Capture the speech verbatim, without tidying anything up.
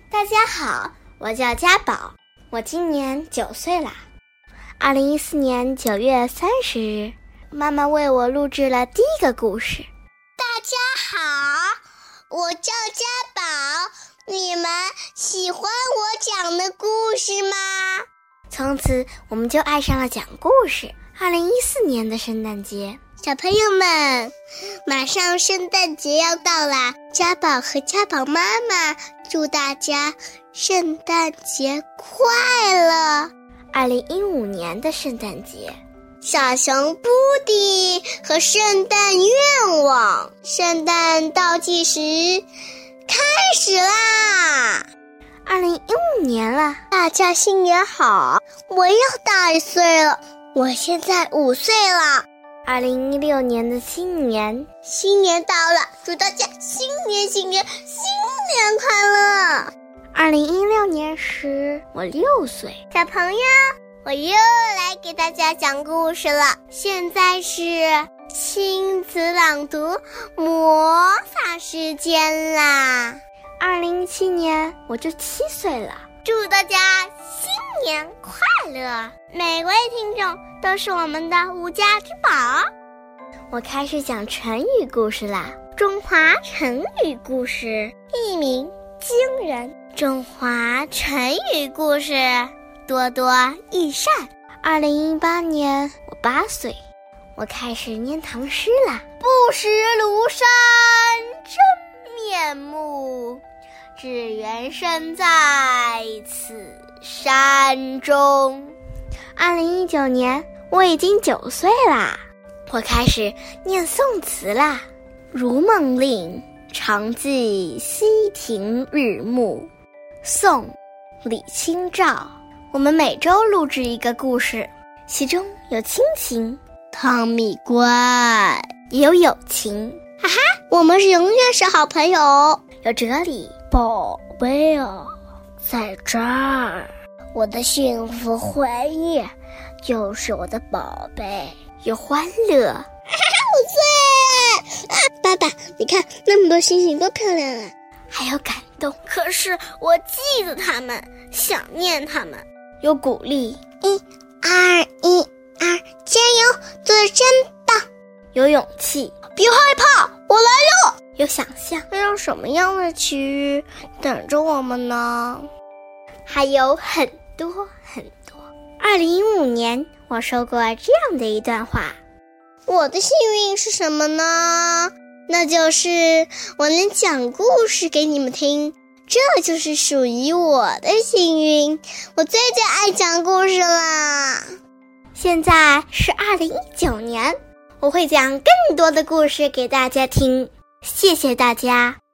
大家好，我叫家宝，我今年九岁啦。二零一四年九月三十日，妈妈为我录制了第一个故事。 大家好，我叫家宝，你们喜欢我讲的故事吗？ 从此我们就爱上了讲故事。二零一四年的圣诞节， 小朋友们，马上圣诞节要到啦！家宝和家宝妈妈祝大家圣诞节快乐。 二零一五年的圣诞节， 小熊布迪和圣诞愿望，圣诞倒计时开始啦！ 二零一五年了， 大家新年好！我又大一岁了，我现在五岁了。 二零一六年的新年， 新年到了，祝大家新年新年新年快乐！ 二零一六年时，我六岁。 小朋友，我又来给大家讲故事了。现在是亲子朗读魔法时间啦！ 二零一七年，我就七岁了。 祝大家新年快乐！每位听众都是我们的无价之宝。 我开始讲成语故事啦。 中华成语故事，一鸣惊人。中华成语故事，多多益善。 二零一八年，我八岁，我开始念唐诗啦。 不识庐山真面目，只缘身在此山中。 二零一九年，我已经九岁啦，我开始念宋词啦。如梦令，常记溪亭日暮。宋，李清照。我们每周录制一个故事，其中有亲情， 汤米怪， 也有友情。 哈哈，我们是永远是好朋友。 有哲理， 宝贝啊，在这儿，我的幸福回忆就是我的宝贝。 有欢乐， 哈哈，五岁啊！爸爸，你看那么多星星多漂亮啊！ 还有感动， 可是我记得他们，想念他们。 有鼓励， 一二一二，加油，做得真棒。 有勇气， 别害怕，我来了。 有想象， 会有什么样的奇遇等着我们呢？ 还有很多很多。二零一五年，我说过这样的一段话： 我的幸运是什么呢？那就是我能讲故事给你们听，这就是属于我的幸运。我最最爱讲故事啦！ 现在是二零一九年，我会讲更多的故事给大家听。谢谢大家。